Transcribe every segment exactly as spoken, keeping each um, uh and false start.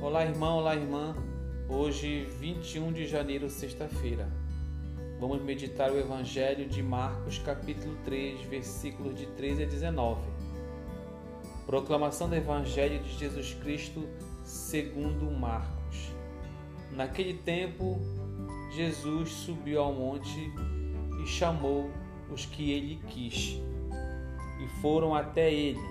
Olá, irmão, olá, irmã. Hoje, vinte e um de janeiro, sexta-feira. Vamos meditar o Evangelho de Marcos, capítulo três, versículos de treze a dezenove. Proclamação do Evangelho de Jesus Cristo segundo Marcos. Naquele tempo, Jesus subiu ao monte e chamou os que ele quis, e foram até ele.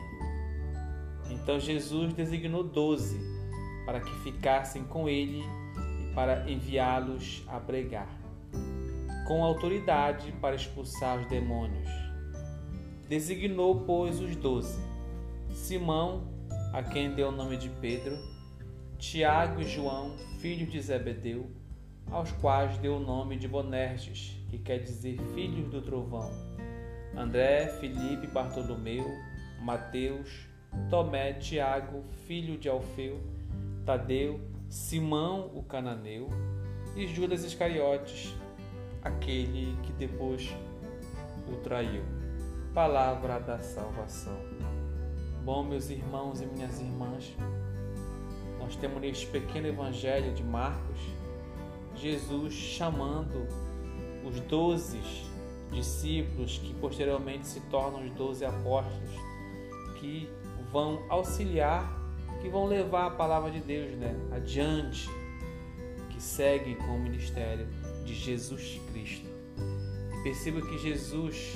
Então Jesus designou doze para que ficassem com ele e para enviá-los a pregar, com autoridade para expulsar os demônios. Designou, pois, os doze: Simão, a quem deu o nome de Pedro, Tiago e João, filhos de Zebedeu, aos quais deu o nome de Boanerges, que quer dizer filhos do trovão, André, Filipe, Bartolomeu, Mateus, Tomé, Tiago, filho de Alfeu, Tadeu, Simão o cananeu e Judas Iscariotes, aquele que depois o traiu. Palavra da salvação. Bom, meus irmãos e minhas irmãs, nós temos neste pequeno evangelho de Marcos, Jesus chamando os doze discípulos que posteriormente se tornam os doze apóstolos, que vão auxiliar, que vão levar a palavra de Deus, né, adiante, que seguem com o ministério de Jesus Cristo. E perceba que Jesus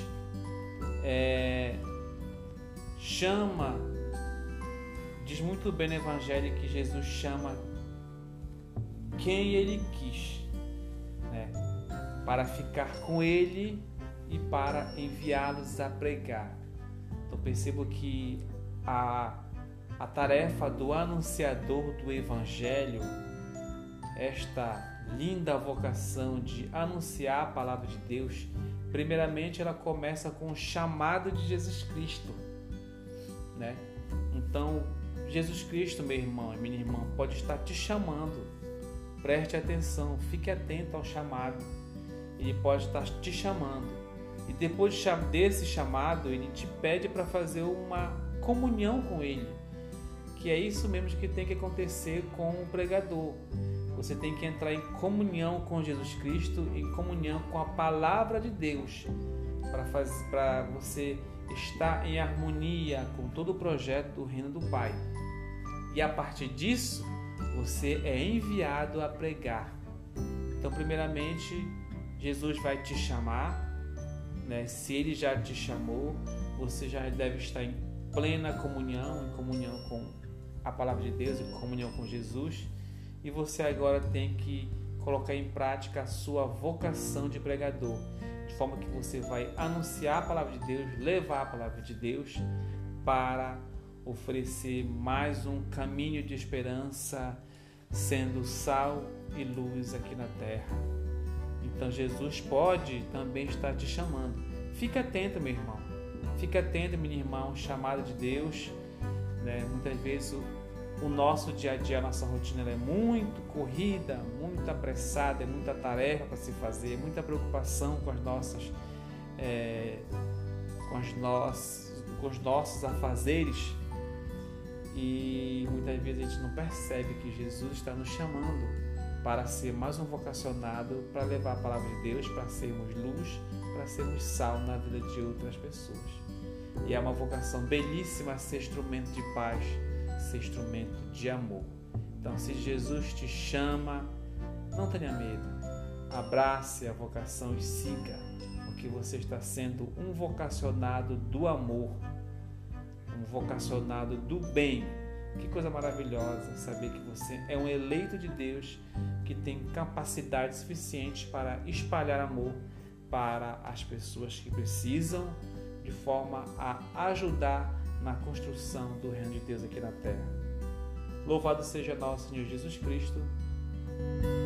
é, chama, diz muito bem no Evangelho que Jesus chama quem ele quis, né, para ficar com ele e para enviá-los a pregar. Então percebo que a, a tarefa do anunciador do Evangelho, esta linda vocação de anunciar a palavra de Deus, primeiramente ela começa com o chamado de Jesus Cristo, né? Então, Jesus Cristo, meu irmão e minha irmã, pode estar te chamando. Preste atenção, fique atento ao chamado. Ele pode estar te chamando. E depois desse chamado, ele te pede para fazer uma comunhão com ele, que é isso mesmo que tem que acontecer com o pregador. Você tem que entrar em comunhão com Jesus Cristo, em comunhão com a palavra de Deus, para você estar em harmonia com todo o projeto do reino do Pai. E a partir disso, você é enviado a pregar. Então, primeiramente, Jesus vai te chamar, né? Se ele já te chamou, você já deve estar em plena comunhão, em comunhão com a palavra de Deus, em comunhão com Jesus, e você agora tem que colocar em prática a sua vocação de pregador, de forma que você vai anunciar a palavra de Deus, levar a palavra de Deus para oferecer mais um caminho de esperança, sendo sal e luz aqui na terra. Então Jesus pode também estar te chamando. Fica atento, meu irmão. Fica atento, minha irmã, ao chamado de Deus, né? Muitas vezes o, o nosso dia a dia, a nossa rotina ela é muito corrida, muito apressada, é muita tarefa para se fazer, muita preocupação com as nossas, é, com, as nossas, com os nossos afazeres, e muitas vezes a gente não percebe que Jesus está nos chamando para ser mais um vocacionado, para levar a palavra de Deus, para sermos luz, para sermos sal na vida de outras pessoas. E é uma vocação belíssima ser instrumento de paz, ser instrumento de amor. Então, se Jesus te chama, não tenha medo. Abrace a vocação e siga, porque você está sendo um vocacionado do amor, um vocacionado do bem. Que coisa maravilhosa saber que você é um eleito de Deus, que tem capacidade suficiente para espalhar amor para as pessoas que precisam, de forma a ajudar na construção do reino de Deus aqui na terra. Louvado seja nosso Senhor Jesus Cristo.